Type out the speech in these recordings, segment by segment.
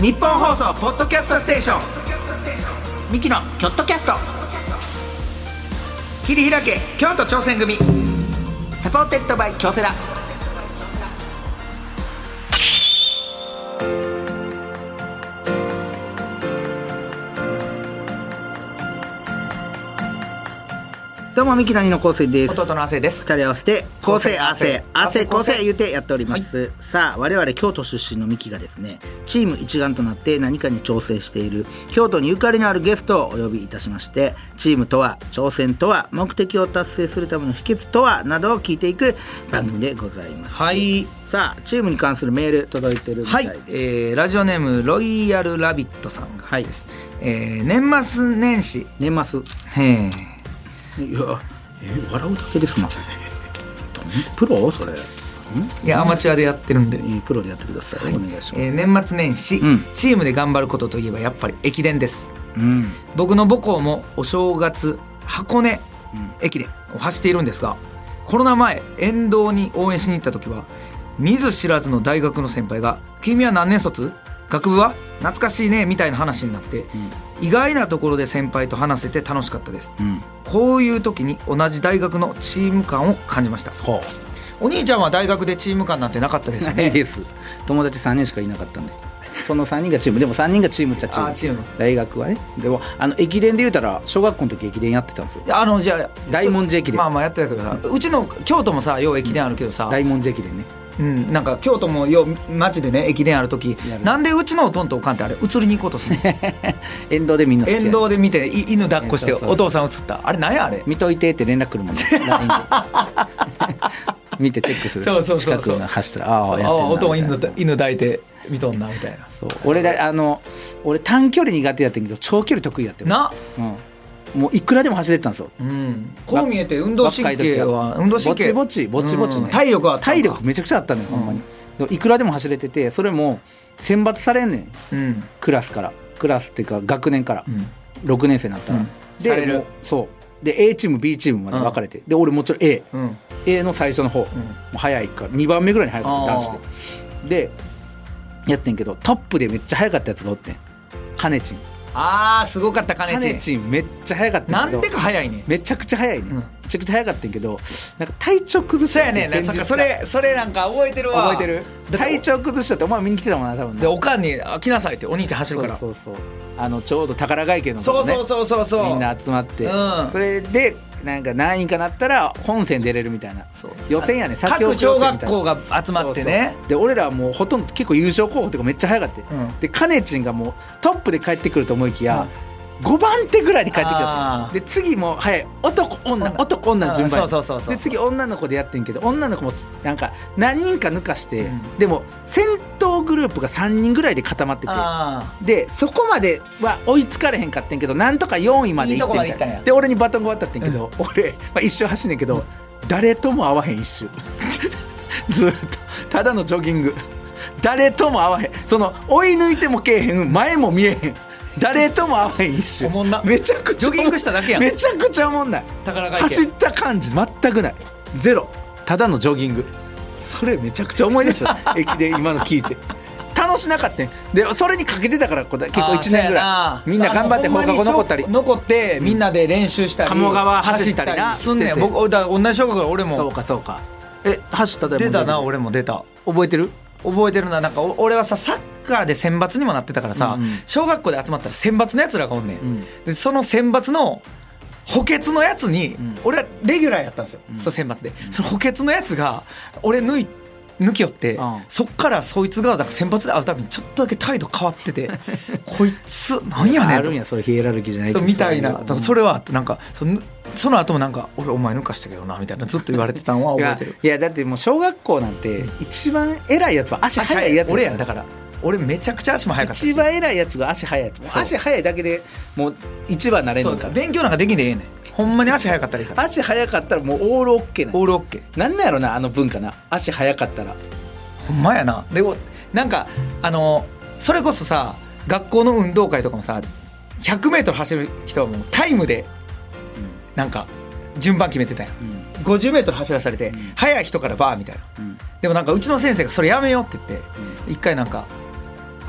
日本放送ポッドキャストステーションミキのキョットキャスト。切り開け京都挑戦組サポーテッドバイ京セラ。どうもミキの兄の昴生です。 弟の亜生です。 二人合わせて昴生亜生昴生言うてやっております、はい、さあ我々京都出身のミキがですね、チーム一丸となって何かに挑戦している京都にゆかりのあるゲストをお呼びいたしまして、チームとは、挑戦とは、目的を達成するための秘訣とはなどを聞いていく番組でございます。 はい。 さあチームに関するメール届いてるみたいで、 はい、ラジオネームロイヤルラビットさんがです、年末年始いや笑うだけですなプロそれいやアマチュアでやってるんでプロでやってください、はい、お願いします。 年末年始、チームで頑張ることといえばやっぱり駅伝です、僕の母校もお正月箱根駅伝を走っているんですが、コロナ前沿道に応援しに行った時は見ず知らずの大学の先輩が君は何年卒？学部は？懐かしいねみたいな話になって、意外なところで先輩と話せて楽しかったです、こういう時に同じ大学のチーム感を感じました。お兄ちゃんは大学でチーム感なんてなかったですよね。 ないです。友達3人しかいなかったんで、その3人がチーム、でも3人がチームっちゃチーム大学はね。でも駅伝で言うたら小学校の時駅伝やってたんですよ。 じゃあ大文字駅伝、 まあやってたけどさ、うちの京都もさよう駅伝あるけどさ、 大文字駅伝ね、 なんか京都もよう街でね駅伝ある時、なんでうちのおとんとおかんってあれ移りに行こうとするの沿道でみんな沿道で見て犬抱っこしてお父さん映ったあれ何やあれ見といてって連絡来るもんねLINE で見てチェックする。 そう近くの走ったらやってんなおとん犬抱いて見とんなみたいな。 俺短距離苦手やってんけど長距離得意やってな、 もういくらでも走れてたんですよ、 こう見えて運動神経はぼちぼちね、体力めちゃくちゃあったのよ、ほんまに。いくらでも走れてて、それも選抜されんねん、クラスっていうか学年から、6年生になったら、でされる。 そうで A チーム B チームまで分かれて、で俺もちろん A の最初の方、もう早いから2番目ぐらいに早かった男子でやってんけど、トップでめっちゃ早かったやつがおってん、カネチン。 すごかった。カネチンめっちゃ早かったんなんでか早いね。 めちゃくちゃ早いね、めちゃくちゃ早かったんけど、なんか体調崩しちゃって。 そうやね、なんかそれなんか覚えてるわ。 覚えてる。体調崩しちゃって、お前見に来てたもんな多分。 でおかんに来なさいって、お兄ちゃん走るから。 そうちょうど宝ヶ池のとこね、 そうみんな集まって、それでなんか何位かなったら本戦出れるみたいな予選やね。 各小学校が集まってね。 で俺らはもうほとんど結構優勝候補とかめっちゃ早かった、でカネチンがもうトップで帰ってくると思いきや、5番手ぐらいで帰ってきたって。で次も早い男女の順番で、次女の子でやってんけど、女の子もなんか何人か抜かして、でも先頭グループが3人ぐらいで固まってて、でそこまでは追いつかれへんかってんけど、なんとか4位まで行ってみたいな。で俺にバトンが渡ってんけど、俺、一周走んねんけど、誰とも会わへん一周ずっとただのジョギング、誰とも会わへん、その追い抜いてもけえへん、前も見えへん、誰とも会わへん一周。めちゃくちゃジョギングしただけやん。 めちゃくちゃおもんない。走った感じ全くない、ゼロ、ただのジョギング。それめちゃくちゃ思い出した駅で今の聞いて楽しなかったんで、それにかけてたから結構1年ぐらいみんな頑張って放課後残ってみんなで練習したり鴨川走ったりなすんねん。僕同じ小学校、俺もそうか走った出たな。俺も出た。 覚えてるな。なんか俺はさサッカーで選抜にもなってたからさ、小学校で集まったら選抜のやつらがおんねん、でその選抜の補欠のやつに、俺はレギュラーやったんですよ、その選抜で。その補欠のやつが俺抜きよって、そっからそいつがなんか選抜で会うたびにちょっとだけ態度変わっててこいつなんやねんと。 あるんや、それヒエラルキーじゃないけどみたいな。だからそれはなんかその後もなんか俺お前抜かしたけどなみたいなずっと言われてたのは覚えてる。 いやだってもう小学校なんて一番偉いやつは足速いやつ。 俺やん。だから俺めちゃくちゃ足も速かったし、 一番偉いやつが足速いやつ。足速いだけでもう一番なれんのか。 勉強なんかできんでええねん。ほんまに足速かったらいいから。 足速かったらもうオールオッケーな。 オールオッケーなんなんやろな、あの文化な。足速かったらほんまやな。でなんかそれこそさ、学校の運動会とかもさ 100m 走る人はもうタイムでなんか順番決めてたやん、50m 走らされて、速い人からバーみたいな、でもなんかうちの先生がそれやめようって言って、一回なんか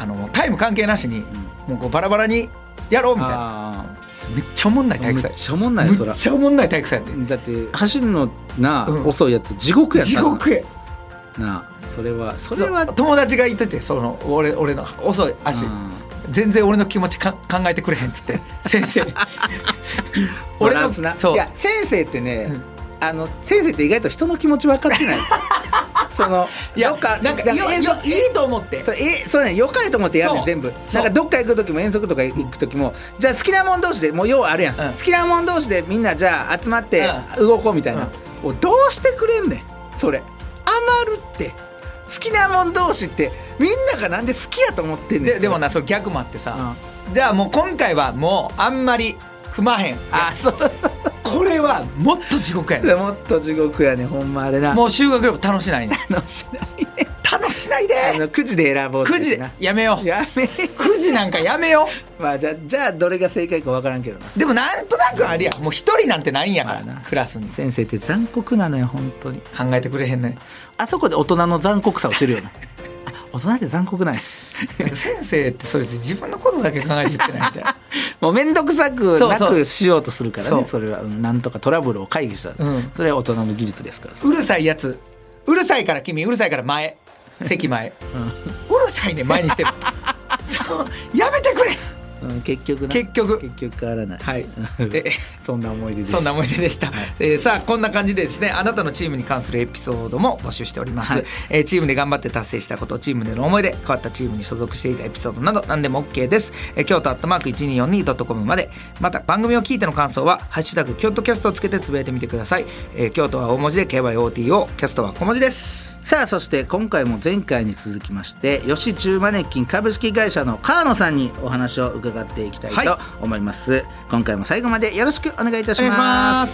タイム関係なしに、もうこうバラバラにやろうみたいな。めっちゃおもんない体育祭。 めっちゃおもんないよそら。 めっちゃおもんない体育祭やって。 だって走るのな、遅いやつ地獄やった。 地獄やなあ。それは友達が言ってて、俺の遅い足、全然俺の気持ち考えてくれへんっつって先生俺のそういや先生ってね、先生って意外と人の気持ち分かってないいやなんかいいと思ってそうね、よかれと思ってやるねん全部。なんかどっか行く時も遠足とか行く時も、じゃあ好きなもん同士でもう要はあるやん、好きなもん同士でみんなじゃあ集まって動こうみたいな、どうしてくれんねんそれ。余るって。好きなもん同士ってみんながなんで好きやと思ってんねん。 でもな、それ逆もあってさ、じゃあもう今回はもうあんまり組まへん。 そうこれはもっと地獄やね。 もっと地獄やね、ほんまあれな。 もう修学旅行楽しないね。 楽しないね。 楽しないで。 くじで選ぼう。 くじでやめよう。くじなんかやめよう。 まあじゃあどれが正解か分からんけどな。 でもなんとなくあるやん。もう一人なんてないんやからな、クラスに。 先生って残酷なのよ本当に。 考えてくれへんね。 あそこで大人の残酷さを知るよな。大人って残酷ない。 先生ってそれ自分のことだけ考えて言ってないんだよ。 もう面倒くさくなくしようとするからね。それはなんとかトラブルを回避した、それは大人の技術ですから。 うるさいやつ、うるさいから君、うるさいから前、席前、うるさいね前にしてる。やめてくれ。 結局変わらない。はい。そんな思い出でした。 そんな思い出でした。さあこんな感じでですね、あなたのチームに関するエピソードも募集しております。チームで頑張って達成したこと、チームでの思い出、変わったチームに所属していたエピソードなど何でも OK です。京都@1242.com まで。また番組を聞いての感想はハッシュタグ京都キャストをつけてつぶやいてみてください。京都は大文字で KYOTO、キャストは小文字です。 さあそして今回も前回に続きまして吉中マネキン株式会社の川野さんにお話を伺っていきたいと思います。今回も最後までよろしくお願いいたします。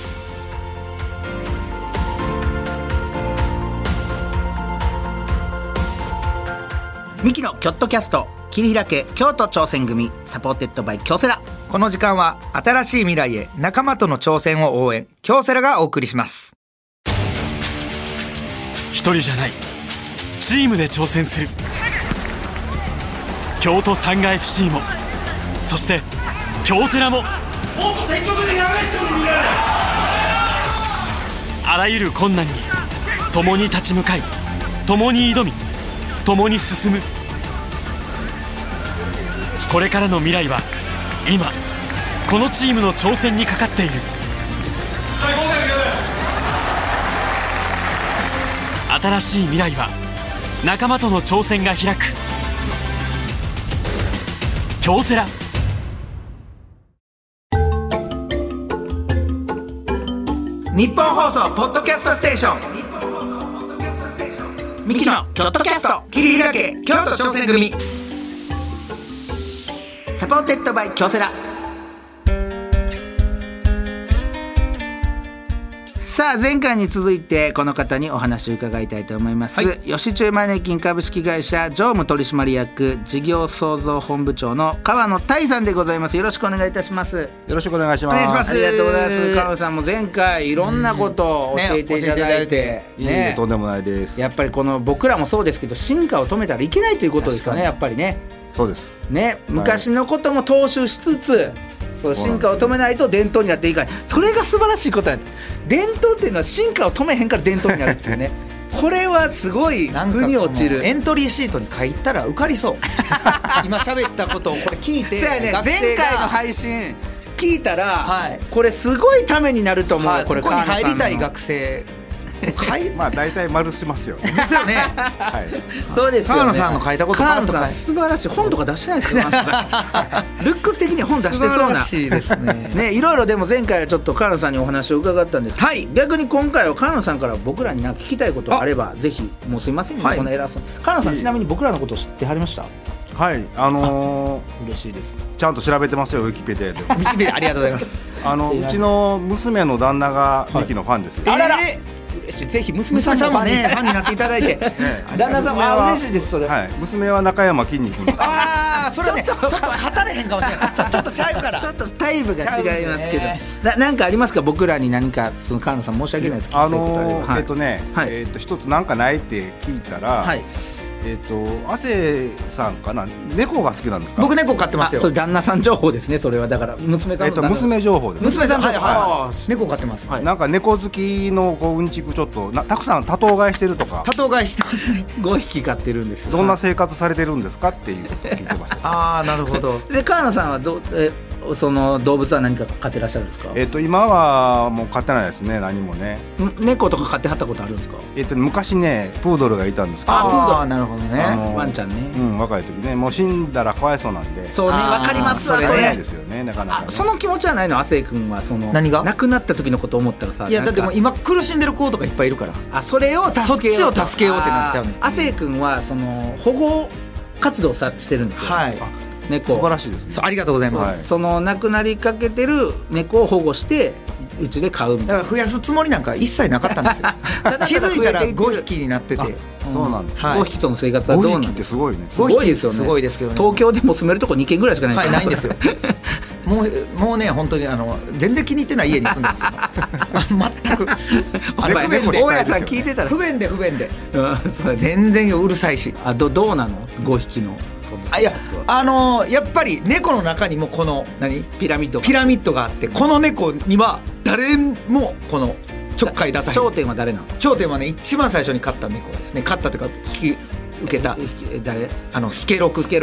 ミキのキョットキャスト、切り開け京都挑戦組、サポーテッドバイ京セラ。 この時間は新しい未来へ、仲間との挑戦を応援、京セラがお送りします。 一人じゃない、チームで挑戦する京都サンガ FC も、そして京セラも、もっと積極的なメッシュに見られる。あらゆる困難に共に立ち向かい、共に挑み、共に進む。これからの未来は今このチームの挑戦にかかっている。新しい未来は仲間との挑戦が開く。京セラ。 日本放送ポッドキャストステーション、ミキのキョットキャスト、 切り開け京都挑戦組、 サポーテッドバイ京セラ。さあ前回に続いてこの方にお話を伺いたいと思います。吉中マネキン株式会社常務取締役事業創造本部長の川野大さんでございます。よろしくお願いいたします。 よろしくお願いします。 お願いします。ありがとうございます。川野さんも前回いろんなことを教えていただいて、 ね、とんでもないです。 やっぱりこの僕らもそうですけど、進化を止めたらいけないということですかね。やっぱりね。 そうですね、昔のことも踏襲しつつ、そう進化を止めないと伝統になっていかない。それが素晴らしいことなんです。伝統っていうのは進化を止めへんから伝統になるっていうね。これはすごい腑に落ちる。 エントリーシートに書いたら受かりそう。今喋ったことをこれ聞いて、 そうやね、前回の配信聞いたら、これすごいためになると思う。これここに入りたい学生まあ大体丸しますよね。 ですよね。 はい。そうですよね。 川野さんの書いたこと川野さん素晴らしい。本とか出してないですよ。ルックス的に本出してそうな。 素晴らしいですね。 ね、いろいろでも前回はちょっと川野さんにお話を伺ったんです。はい。逆に今回は川野さんから僕らに何か聞きたいことがあればぜひ、もうすいませんね、この偉そう。川野さんちなみに僕らのことを知ってはりました？ はい。 嬉しいです。 ちゃんと調べてますよ、ウィキペディアで。 ウィキペディアありがとうございます。 うちの娘の旦那がミキのファンですよ。 あらら。ぜひ娘さんもねファンになっていただいて、旦那さんは嬉しいです。それ、 はい、娘は中山きんに君。 ああ、それね、ちょっと語れへんかもしれない。ちょっとちゃうから、 ちょっとタイプが違いますけど、なんかありますか？僕らに何か、その川野さん申し訳ないですけど、 一つなんかないって聞いたら、 亜生さんかな、猫が好きなんですか？ 僕猫飼ってますよ。 それ旦那さん情報ですね。それはだから娘さんの娘情報です。 娘さん、猫飼ってます。 なんか猫好きのうんちくちょっとたくさん多頭飼いしてるとか。 多頭飼いしてますね。 5匹飼ってるんですよ。 どんな生活されてるんですかっていう聞いてました。 ああ、なるほど。 で川野さんはその動物は何か飼ってらっしゃるんですか？ 今はもう飼ってないですね、何もね。 猫とか飼ってはったことあるんですか？ 昔ねプードルがいたんですけど。 プードル、なるほどね。 ワンちゃんね。 若い時ね、もう死んだらかわいそうなんで。 そうね、わかりますわ。 それですよね、なかなかね。 その気持ちはないの？亜生君はその何が亡くなった時のことを思ったらさ。 いやだってもう今苦しんでる子とかいっぱいいるから。 それを助けよう。 そっちを助けようってなっちゃうね。 亜生君はその保護活動してるんですよ。 はい。 猫素晴らしいですね。 ありがとうございます。 その亡くなりかけてる猫を保護してうちで飼うみたいな。 だから増やすつもりなんか一切なかったんですよ。気づいたら5匹になってて。 そうなんです。 5匹との生活はどうなんですか？5匹ってすごいね。 すごいですよね。 すごいですけどね。 東京でも住めるとこ2軒ぐらいしかない。 はい、ないんですよ。もうね、本当に全然気に入ってない家に住んでますよ。全く大家さん聞いてたら不便で全然うるさいし。 どうなの5匹の。 いややっぱり猫の中にもこのピラミッドがあって、この猫には誰もこのちょっかい出さへん。 頂点は誰なの？ 頂点はね、一番最初に飼った猫ですね。飼ったというか引き受けた誰？ スケロク。 はい、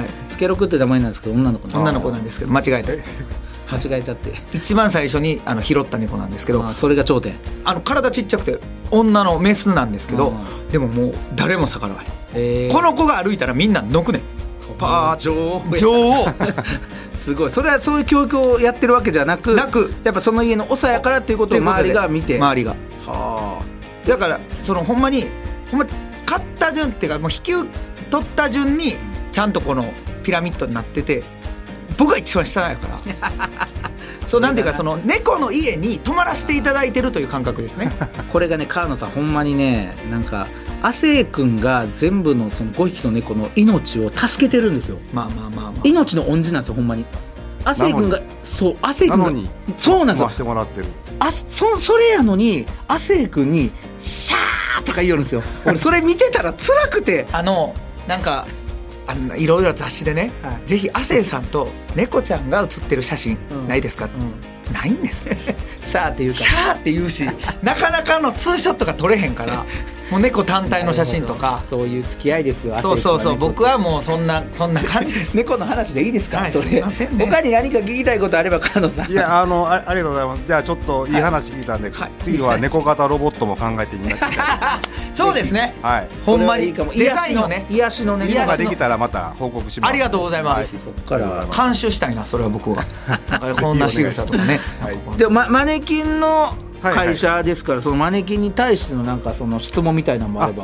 スケロクって名前なんですけど女の子なんですけど間違えちゃって一番最初に拾った猫なんですけど、 それが頂点。 体ちっちゃくて女のメスなんですけど、でももう誰も逆らわへん。この子が歩いたらみんなのくねん。パー女王すごい。それはそういう教育をやってるわけじゃなく、やっぱその家の長やからっていうことを周りが見て、 だからほんま買った順っていうか、もう引き取った順にちゃんとこのピラミッドになってて、僕が一番下やからそうなんていうか、その猫の家に泊まらせていただいてるという感覚ですね。 これがね、川野さんほんまにね、なんか亜生君が全部のその5匹の猫の命を助けてるんですよ。命の恩人なんですよ、ほんまに。亜生君が亜生君がそうなんですよ。 回してもらってる。 それやのに亜生君にシャーとか言うんですよ。俺それ見てたら辛くてなんかいろいろ雑誌でね、ぜひ亜生さんと猫ちゃんが写ってる写真ないですか、ないんですシャーって言うし、なかなかのツーショットが撮れへんから、もう猫単体の写真とか、 そういう付き合いですよ。 そう僕はもうそんな感じです。 猫の話でいいですか？ すいませんね。 他に何か聞きたいことあれば川野さん。 いやありがとうございます。じゃあちょっといい話聞いたんで、次は猫型ロボットも考えてみなきゃいけない。 そうですね。 はい。 ほんまにデザインをね、 癒しのね、 癒ができたらまた報告します。 ありがとうございます。そこから監修したいな、それは僕は。なんかこんな仕草とかね。 でマネキンの会社ですから、そのマネキンに対してのなんかその質問みたいなのもあれば。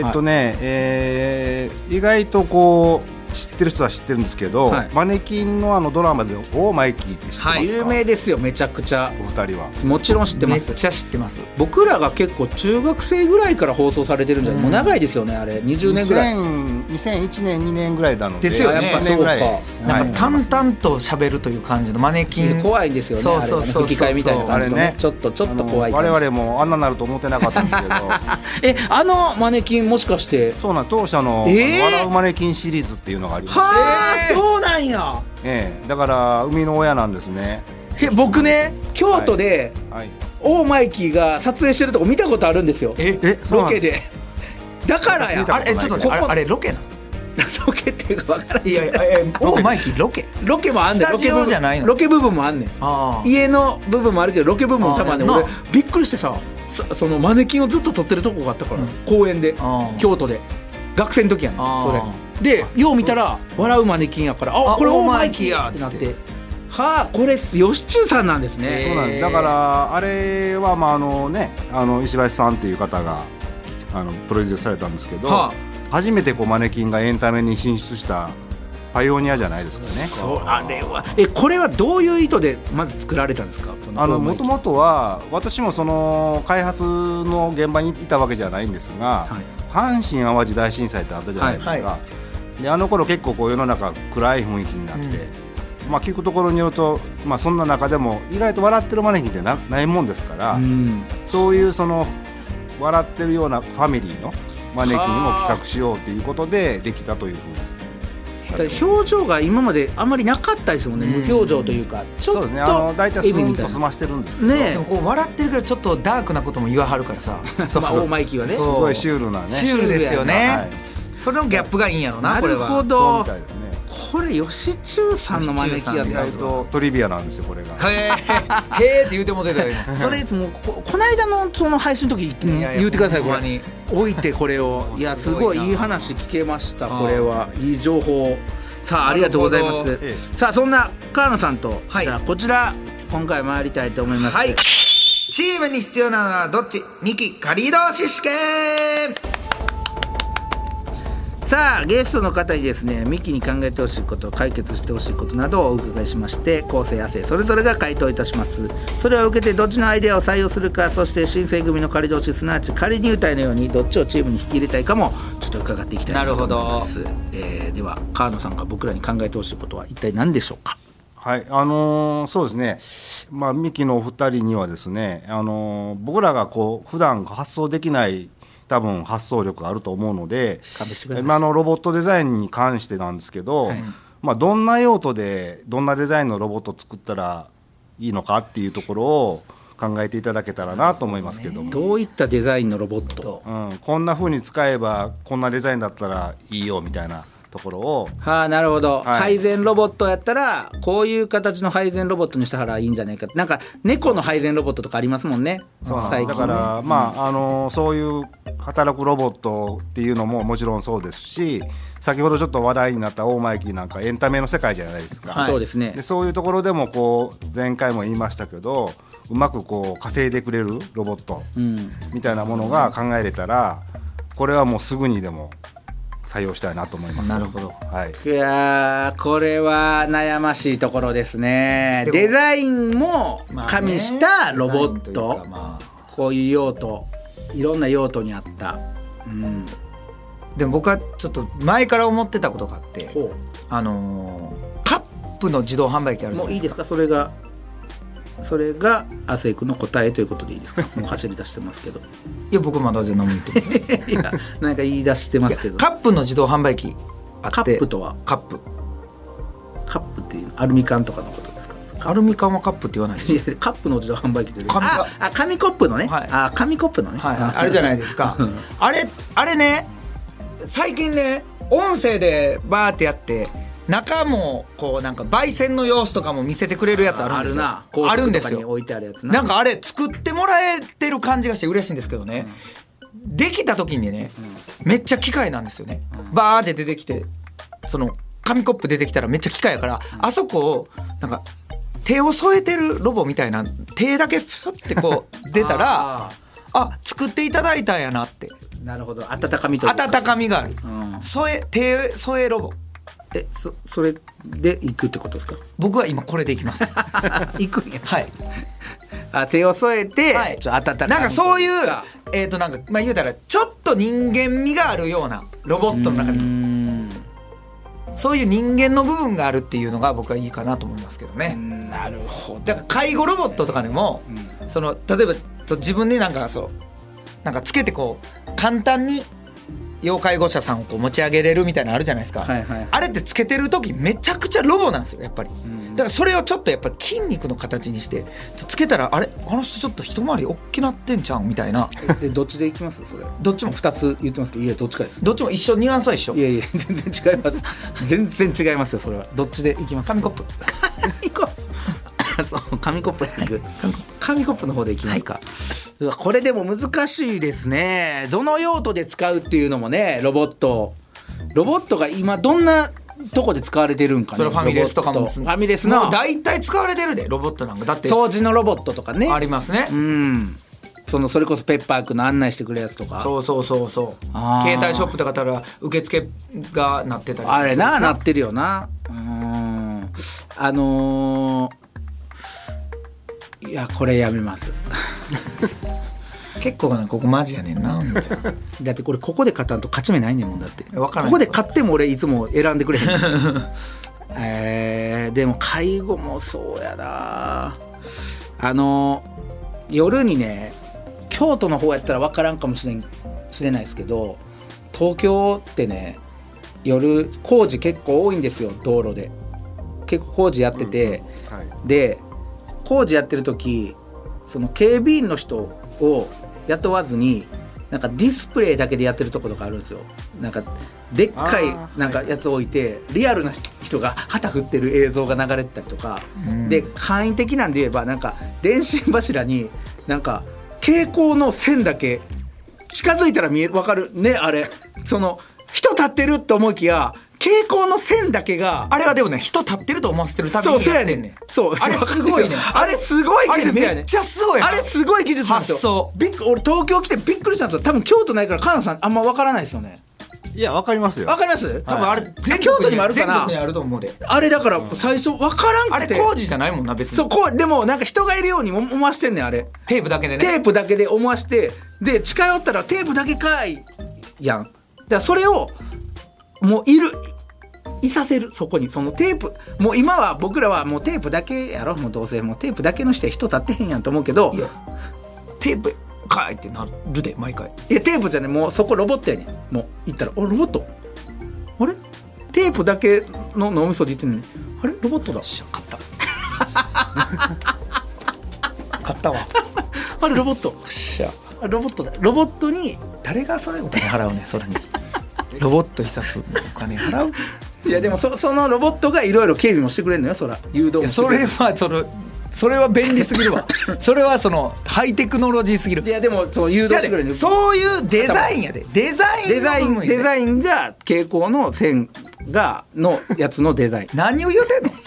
意外とこう知ってる人は知ってるんですけど、マネキンのドラマでオーマイキーって知ってますか？ 有名ですよ、めちゃくちゃ。 お二人はもちろん知ってます。 めっちゃ知ってます。 僕らが結構中学生ぐらいから放送されてるんじゃない？もう長いですよね、あれ。20年ぐらい。 2001年2年ぐらいなので。 ですよね。 やっぱそうか。 なんか淡々と喋るという感じのマネキン。 怖いんですよね。そう吹き替えみたいな感じのね。ちょっと怖い。 我々もあんななると思ってなかったんですけど。 マネキンもしかして。 そうなん当社の笑うマネキンシリーズっていうのがあります。 そうなんや。 だから生みの親なんですね。 僕ね、京都でオーマイキーが撮影してるとこ見たことあるんですよ。ロケで。だからや。 ちょっと待って、あれロケなの？ ロケっていうか分からん。 いやオーマイキーロケもあんねん。 スタジオじゃないの？ ロケ部分もあんねん。家の部分もあるけどロケ部分も多分あんねん。俺びっくりしてさ、そのマネキンをずっと撮ってるとこがあったから、公園で京都で学生の時やねん。それでよう見たら笑うマネキンやから、これオーマイキーやってなって、これ吉中さんなんですね。 そうなんです。だからあれは石橋さんっていう方がプロデュースされたんですけど、初めてマネキンがエンタメに進出したパイオニアじゃないですかね。 あれはこれはどういう意図でまず作られたんですか？ もともとは私もその開発の現場にいたわけじゃないんですが、阪神・淡路大震災ってあったじゃないですか。であの頃結構世の中暗い雰囲気になって、聞くところによると、そんな中でも意外と笑ってるマネキンってないもんですから、そういうその笑ってるようなファミリーのマネキンを企画しようということでできたというふうに。 表情が今まであんまりなかったですもんね、無表情というか、ちょっとそうですね、大体スーンと済ましてるんですけど、 ね、でもこう笑ってるけどちょっとダークなことも言わはるからさ大マイキーはねすごいシュールなね、 シュールですよね、はい、それのギャップがいいんやろな。 なるほど、 そうみたいですね。 これ吉中さんのマネキンやった意外とトリビアなんですよこれが。 へーって言うても出たよ今それもうこの間のその配信の時言ってください。これ置いてこれをいやすごいいい話聞けました。これはいい情報。さあありがとうございます。さあそんな川野さんと、じゃあこちら今回参りたいと思います。 はい、チームに必要なのはどっち？ミキ仮同士試験。 さあゲストの方にですね、ミキに考えてほしいこと、解決してほしいことなどをお伺いしまして、構成亜生それぞれが回答いたします。それを受けてどっちのアイデアを採用するか、そして新選組の仮同士、すなわち仮入隊のようにどっちをチームに引き入れたいかもちょっと伺っていきたいと思います。では川野さんが僕らに考えてほしいことは一体何でしょうか。 はい、そうですね、ミキのお二人にはですね、僕らがこう普段発想できない多分発想力があると思うので、今のロボットデザインに関してなんですけど、はい、どんな用途でどんなデザインのロボットを作ったらいいのかっていうところを考えていただけたらなと思いますけども、 どういったデザインのロボット、 こんな風に使えばこんなデザインだったらいいよみたいなところを、 なるほど、配膳ロボットやったらこういう形の配膳ロボットにしたらいいんじゃないか。なんか猫の配膳ロボットとかありますもんね。 最近ね。だからそういう働くロボットっていうのももちろんそうですし、先ほどちょっと話題になった大マイキーなんかエンタメの世界じゃないですか。 そうですね。 でそういうところでもこう前回も言いましたけど、うまくこう稼いでくれるロボットみたいなものが考えれたら、これはもうすぐにでも採用したいなと思います。 なるほど、 はい、 いやこれは悩ましいところですね。デザインも加味したロボット、こういう用途、いろんな用途にあった、 でも僕はちょっと前から思ってたことがあって、カップの自動販売機あるじゃないですか。もういいですか、それが亜生君の答えということでいいですか。もう走り出してますけどいや僕まだ全然何も言ってませんいやなんか言い出してますけど、 カップの自動販売機あって、 カップとはカップっていうアルミ缶とかのことですか。 アルミ缶はカップって言わないですよ。 いやカップの自動販売機って紙コップのね、紙コップのね、 あれじゃないですかあれね、最近ね音声でバーってやって中もこうなんか焙煎の様子とかも見せてくれるやつあるんですよ。あるんですよ。なんかあれ作ってもらえてる感じがして嬉しいんですけどね、できた時にね、めっちゃ機械なんですよね。バーって出てきて、その紙コップ出てきたらめっちゃ機械やから、あそこをなんか手を添えてるロボみたいな、手だけフッてこう出たら作っていただいたんやなって。 なるほど、温かみというか温かみがある、手添えロボ。 それで行くってことですか。 僕は今これで行きます行くんや。 はい手を添えて、温かみなんかそういうなんか言うたらちょっと人間味があるようなロボットの中にそういう人間の部分があるっていうのが僕はいいかなと思いますけどね。 なるほど。 だから介護ロボットとかでも、その例えば自分でなんかつけてこう簡単に要介護者さんをこう持ち上げれるみたいなのあるじゃないですか、あれってつけてる時めちゃくちゃロボなんですよやっぱり、だからそれをちょっとやっぱり筋肉の形にしてつけたら、あの人ちょっと一回り大きなってんちゃうんみたいな。 でどっちでいきます？それどっちも 2つ言ってますけど、いやどっちかです。 どっちも一緒、ニュアンスは一緒。 いや全然違います全然違いますよそれは。どっちでいきます？ 紙コップそう紙コップでいく紙コップの方でいきますか、これでも難しいですね。どの用途で使うっていうのもね、ロボットが今どんなとこで使われてるんかね。 それファミレスとかもファミレスのもう大体使われてるでロボットなんか。だって掃除のロボットとかねありますね。 それこそペッパーくんの案内してくれるやつとか。 そう携帯ショップとかだったら受付がなってたり、 あれなってるよな。いやこれやめます結構ここマジやねんなだってここで勝たんと勝ち目ないねんもん。だって分からん、 ここで勝っても俺いつも選んでくれへんでも介護もそうやな。夜にね、京都の方やったら分からんかもしれないですけど、 東京ってね夜工事結構多いんですよ。道路で結構工事やってて、はい、で工事やってる時その警備員の人を雇わずになんかディスプレイだけでやってるところがあるんですよ。なんかでっかいなんかやつ置いてリアルな人が旗振ってる映像が流れてたりとか、で簡易的なんで言えばなんか電信柱になんか蛍光の線だけ近づいたら見える、分かるね、あれその人立ってると思いきや蛍光の線だけがあれはでもね人立ってると思わせてるためにやってんねん。 そうあれすごいね。 あれすごい技術やねん。 めっちゃすごい。 あれすごい技術なんですよ。俺東京来てびっくりしたんですよ。多分京都ないからカナさんあんま分からないですよね。 いや分かりますよ。 分かります。 多分あれ京都にもあるかな。 全国にあると思うで。 あれだから最初分からんくて、 あれ工事じゃないもんな別に。 そうこうでもなんか人がいるように思わしてんねんあれ。 テープだけでね。 テープだけで思わしてで近寄ったらテープだけかいやん。だからそれをもういさせる、そこにそのテープ、もう今は僕らはもうテープだけやろ、もうどうせもうテープだけの人は人立ってへんやんと思うけど、 いやテープかいってなるで毎回。 いやテープじゃね、もうそこロボットやねん。もう行ったらロボットあれテープだけの脳みそで言ってんのにあれロボットだ。 勝った勝ったわあれロボットロボットだ。ロボットに誰がそれお金払うねんそれにロボット一冊お金払う。 いやでも そのロボットがいろいろ警備もしてくれるのよ。そら誘導もしてくれる。 それは便利すぎるわそれはそのハイテクノロジーすぎる。 いやでもそう誘導してくれる。 そういうデザインやで。デザインが蛍光の線がのやつのデザイン何を言うてんの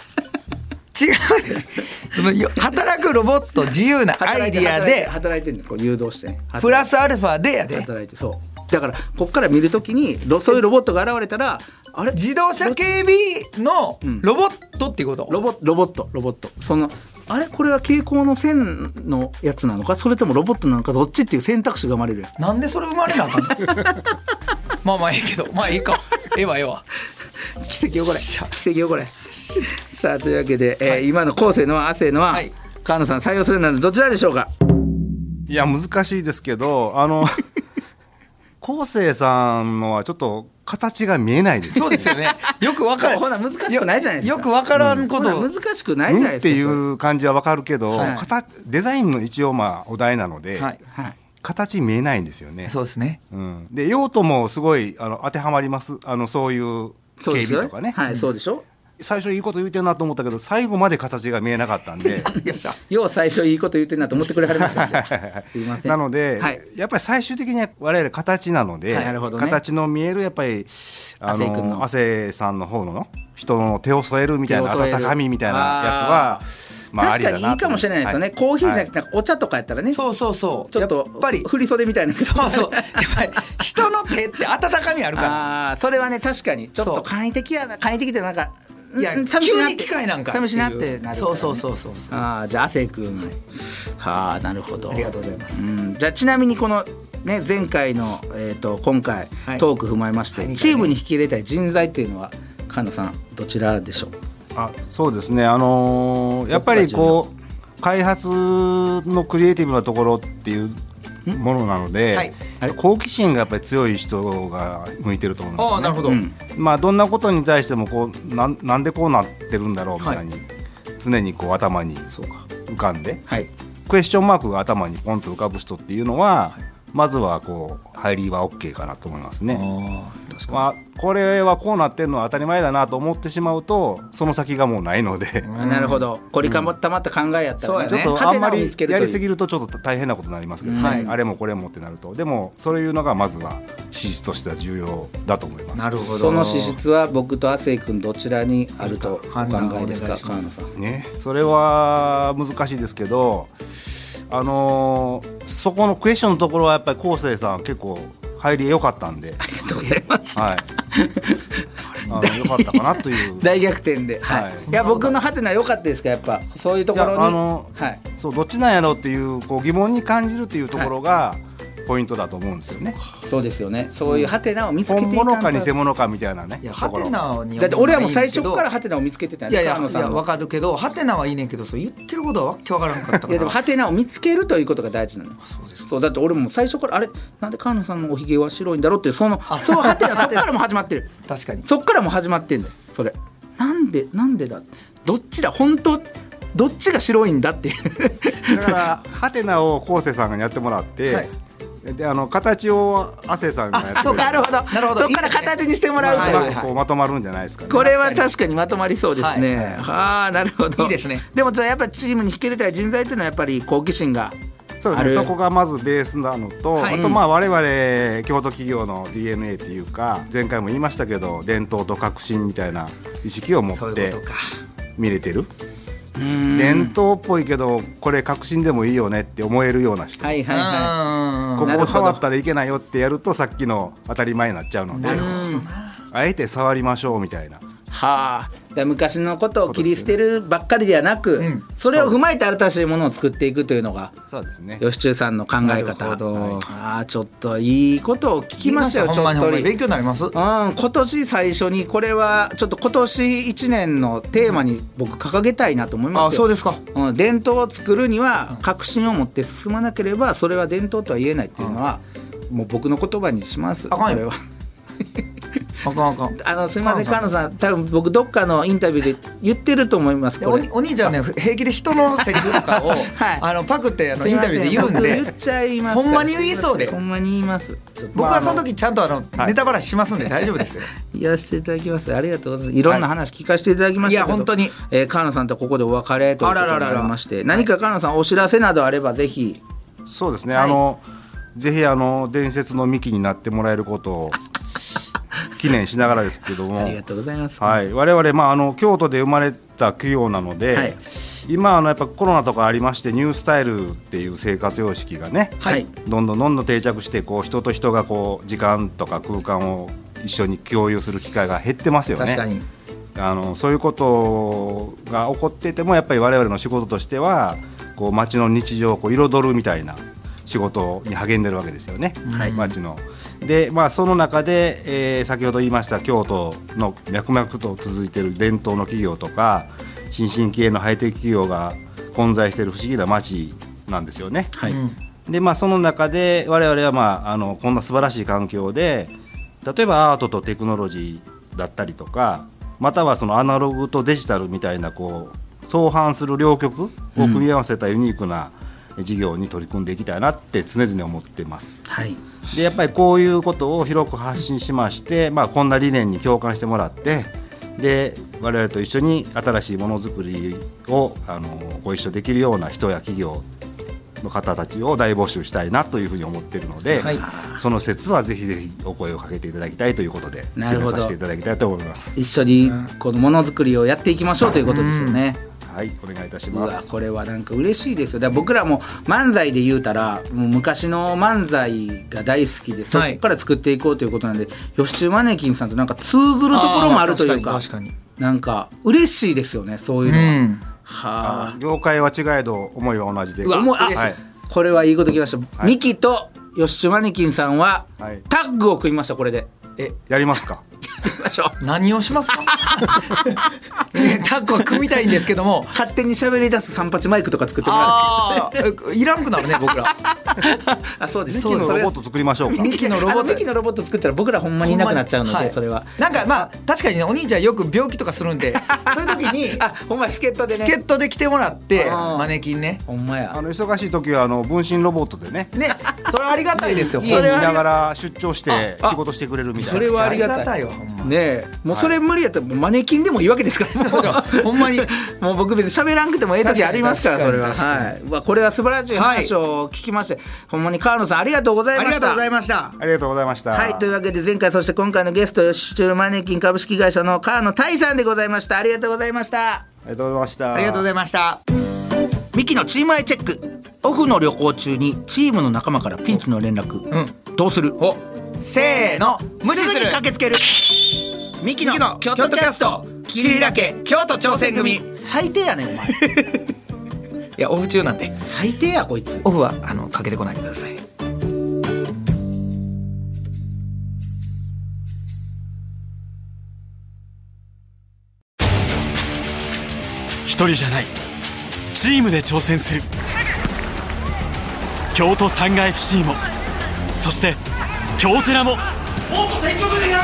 違う働くロボット自由なアイディアで働いてんの。こう誘導して、ね、 プラスアルファでやで働いて。そうだからこっから見るときにそういうロボットが現れたらあれ自動車警備のロボットっていうこと、 ロボットそのあれこれは蛍光の線のやつなのかそれともロボットなのかどっちっていう選択肢が生まれるやん。 なんでそれ生まれなあかんのまあええけどまあいいかええわ奇跡よこれさあというわけで、今の後世のは亜生のは、川野さん採用するならどちらでしょうか。 いや難しいですけど昴生さんのはちょっと形が見えないです。 そうですよね。よくわかる。 ほな難しくないじゃないですか。 よくわからんこと、 難しくないじゃないですか。 っていう感じはわかるけど、デザインの一応お題なので、形見えないんですよね。 そうですね。 で用途もすごい当てはまります。そういう警備とかね。 はい、そうでしょ。 最初いいこと言うてるなと思ったけど最後まで形が見えなかったんでよう最初いいこと言うてるなと思ってくれはりましたすいません。 なので、やっぱり最終的には我々形なので、形の見えるやっぱり亜生さんの方の人の手を添えるみたいな温かみみたいなやつは確かにいいかもしれないですよね。コーヒーじゃなくてお茶とかやったらね。 そうちょっとやっぱり振り袖みたいな。 そうやっぱり人の手って温かみあるから。 それはね確かにちょっと簡易的ってなんかいや急に機械なんか寂しなってなるから、ね、 そうじゃあ亜生君なるほどありがとうございます、 じゃあちなみにこのね前回の今回トーク踏まえまして、チームに引き入れたい人材っていうのは菅野さんどちらでしょう。 そうですねやっぱりこう開発のクリエイティブなところっていうものなので、好奇心がやっぱり強い人が向いてると思いますね。 なるほど。 どんなことに対してもこうなんでこうなってるんだろうみたいに、常にこう頭に浮かんで、クエスチョンマークが頭にポンと浮かぶ人っていうのは、まずはこう入りは OK かなと思いますね。これはこうなってるのは当たり前だなと思ってしまうとその先がもうないのでなるほど。凝り固まった考えやったら、 ちょっとあんまりやりすぎるとちょっと大変なことになりますけどね、あれもこれもってなると。でもそういうのがまずは資質としては重要だと思います。 なるほど。その資質は僕と亜生君どちらにあるとお考えですか川野さん。 それは難しいですけどそこのクエスチョンのところはやっぱり昴生さん結構入り良かったんでありがとうございます。 良かったかなという大逆転で、いや僕のハテナ良かったですか。やっぱそういうところにそうどっちなんやろうっていう、こう疑問に感じるっていうところが、 ポイントだと思うんですよね。 そうですよね。そういうハテナを見つけていかんと。 本物か偽物かみたいなね。 いやハテナにだって俺はもう最初からハテナを見つけてたんや。 いや分かるけどハテナはいいねんけど、そう言ってることはわけわからんかったから。 いやでもハテナを見つけるということが大事なの。 そうです。 そうだって俺も最初からあれなんで川野さんのおひげは白いんだろうっていうそのハテナそっからも始まってる。 確かに。 そっからも始まってんだよ。それなんでだ。どっちだ本当。どっちが白いんだっていうだからハテナを昴生さんがやってもらって、はい、で形を亜生さんがやってくれる。 なるほどそっから形にしてもらうと、 うまくこうまとまるんじゃないですかね。 これは確かにまとまりそうですね。はあなるほど。 いいですね。 でもやっぱりチームに引き入れたい人材っていうのはやっぱり好奇心がそうですね。そこがまずベースなのと、あと我々京都企業の DNA っていうか前回も言いましたけど伝統と革新みたいな意識を持って見れてる。伝統っぽいけどこれ革新でもいいよねって思えるような人、ここを触ったらいけないよってやるとさっきの当たり前になっちゃうので、あえて触りましょうみたいな。 はあ、だ昔のことを切り捨てるばっかりではなく、それを踏まえて新しいものを作っていくというのがそうですね。 吉中さんの考え方。ああちょっといいことを聞きましたよ。ちょっと勉強になります。 今年最初にこれはちょっと今年1年のテーマに僕掲げたいなと思いますよ。 そうですか。 伝統を作るには革新を持って進まなければそれは伝統とは言えないっていうのはもう僕の言葉にします。これはあかんすみません菅野さん多分僕どっかのインタビューで言ってると思います。 お兄ちゃんね平気で人のセリフとかを、はい、パクってインタビューで言うんで言っちゃいます。 ほんまに言いそうでほんまに言います。 僕はその時ちゃんとネタバラシしますんで大丈夫ですよ。 言わせていただきます。ありがとうございます。いろんな話聞かせていただきましたけど、いや本当に、 菅野さんとここでお別れということになりまして、何か菅野さんお知らせなどあればぜひ。 そうですね、ぜひ伝説の幹になってもらえることを記念しながらですけどもありがとうございます、 はい、我々、京都で生まれた企業なので、はい、今やっぱコロナとかありましてニュースタイルっていう生活様式がね、はい、どんどん定着して人と人が時間とか空間を一緒に共有する機会が減ってますよね。 確かにそういうことが起こっててもやっぱり我々の仕事としては街の日常を彩るみたいな仕事に励んでるわけですよね、はい、街ので、その中で、先ほど言いました京都の脈々と続いている伝統の企業とか新進気鋭のハイテク企業が混在している不思議な街なんですよね、はい、でその中で我々は、こんな素晴らしい環境で例えばアートとテクノロジーだったりとかまたはそのアナログとデジタルみたいな相反する両極を組み合わせたユニークな事業に取り組んでいきたいなって常々思ってます、はい、でやっぱりこういうことを広く発信しまして、こんな理念に共感してもらってで我々と一緒に新しいものづくりをご一緒できるような人や企業の方たちを大募集したいなというふうに思っているので、はい、その説はぜひぜひお声をかけていただきたいということで決めさせていただきたいと思います。 一緒にこのものづくりをやっていきましょうということですよね。 はい、お願いいたします。 これはなんか嬉しいですよ。だから僕らも漫才で言うたらもう昔の漫才が大好きでそこから作っていこうということなんで、吉中マネキンさんとなんか通ずるところもあるというか確かになんか嬉しいですよねそういうのは、 業界は違えど思いは同じでこれはいいこと聞きました、ミキと吉中マネキンさんはタッグを組みました。これでやりますか。 何をしますか。タッグは組みたいんですけども勝手に喋り出す38マイクとか作ってもらういらんくなるね僕ら。 そうです。 ミキのロボット作りましょうか。 ミキのロボット作ったら僕らほんまにいなくなっちゃうので、それはなんか確かにねお兄ちゃんよく病気とかするんでそういう時にほんま助っ人でね助っ人で来てもらってマネキンねほんまや忙しい時は分身ロボットでねそれはありがたいですよ。 家にいながら出張して仕事してくれるみたいな。 それはありがたいよね。もうそれ無理やったらマネキンでもいいわけですからほんまにもう僕別に喋らんくてもええ時ありますからそれは、はい、これは素晴らしい話を聞きまして、ほんまに川野さんありがとうございました。 ありがとうございました。 ありがとうございました。 はい、というわけで前回そして今回のゲスト吉中マネキン株式会社の川野大さんでございました。ありがとうございました。 ありがとうございました。 ありがとうございました。 ミキのチームアイチェック。オフの旅行中にチームの仲間からピンチの連絡、どうする？ せーの無視する。 すぐに駆けつける。ミキの京都キャスト桐平家京都挑戦組。最低やねんお前。 いやオフ中なんで最低やこいつ。 オフはかけてこないでください。 一人じゃない、チームで挑戦する。京都サンガ FC も、そして京セラも、もっと積極的に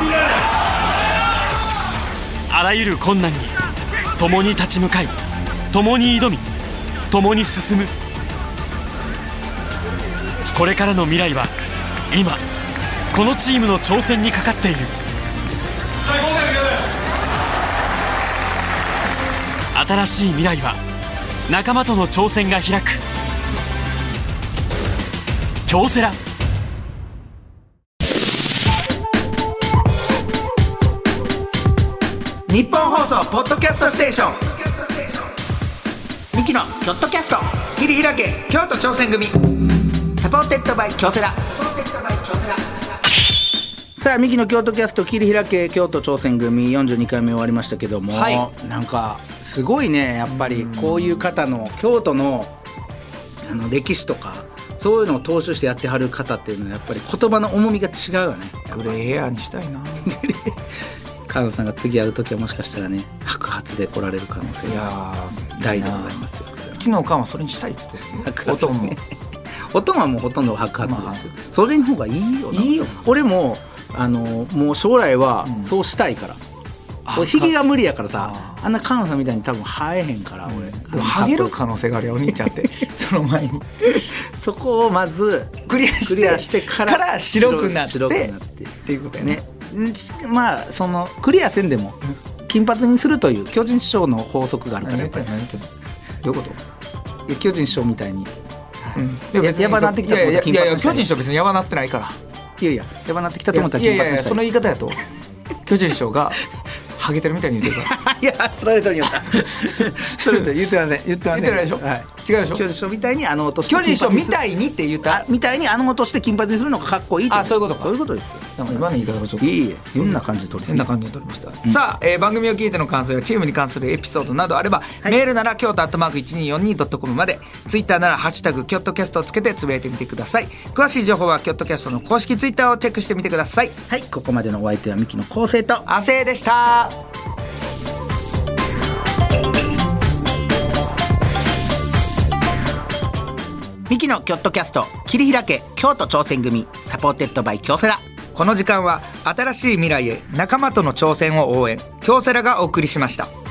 あらゆる困難に共に立ち向かい、共に挑み、共に進む。これからの未来は今このチームの挑戦にかかっている。新しい未来は仲間との挑戦が開く。京セラ。 日本放送ポッドキャストステーション、ミキのキョットキャスト、切り開け京都挑戦組、サポーテッドバイ京セラ。さあミキの京都キャスト、切り開け京都挑戦組42回目終わりましたけども、はい、なんかすごいね、やっぱりこういう方の京都の歴史とかそういうのを踏襲してやってはる方っていうのはやっぱり言葉の重みが違うよね。 グレーヘアにしたいな。 川野さんが次やるときはもしかしたらね、白髪で来られる可能性が大でございますよ。 うちのおかんはそれにしたいって言ってた。おとんもおとんはもうほとんど白髪ですよ、それの方がいいよな。いいよ。俺ももう将来はそうしたいから、ひげが無理やからさ、あんな川野さんみたいに多分生えへんから。俺でもハゲる可能性があるよ、お兄ちゃんってその前にそこをまずクリアしてから白くなってっていうことやね。 まあそのクリアせんでも金髪にするという巨人師匠の法則があるから。 何言ってんの？どういうこと？巨人師匠みたいに、 やばなってきたと思ったら金髪にしたい。いや巨人師匠別にやばなってないから。やばなってきたと思ったら金髪にしたい。いやその言い方やと巨人師匠がハゲてるみたいに言ってるから。 いやそれとによったそれと言ってません。言ってないでしょ、はい、違うでしょ。 巨人師匠みたいに落として、 巨人師匠みたいにって言ったみたいに落として金髪にするのがかっこいいと。 あ、そういうことか。 そういうことですよ。 今の言い方がちょっといい変な感じで取りました、さあ、番組を聞いての感想やチームに関するエピソードなどあれば、はい、メールなら京都@1242.com まで、ツイッターならハッシュタグキョットキャストをつけてつぶやいてみてください。詳しい情報はキョットキャストの公式ツイッターをチェックしてみてください。 はい、ここまでのお相手はミキの昴生と亜生でした。 ミキのキョットキャスト、切り開け京都挑戦組、サポーテッドバイ京セラ。 この時間は新しい未来へ仲間との挑戦を応援、京セラがお送りしました。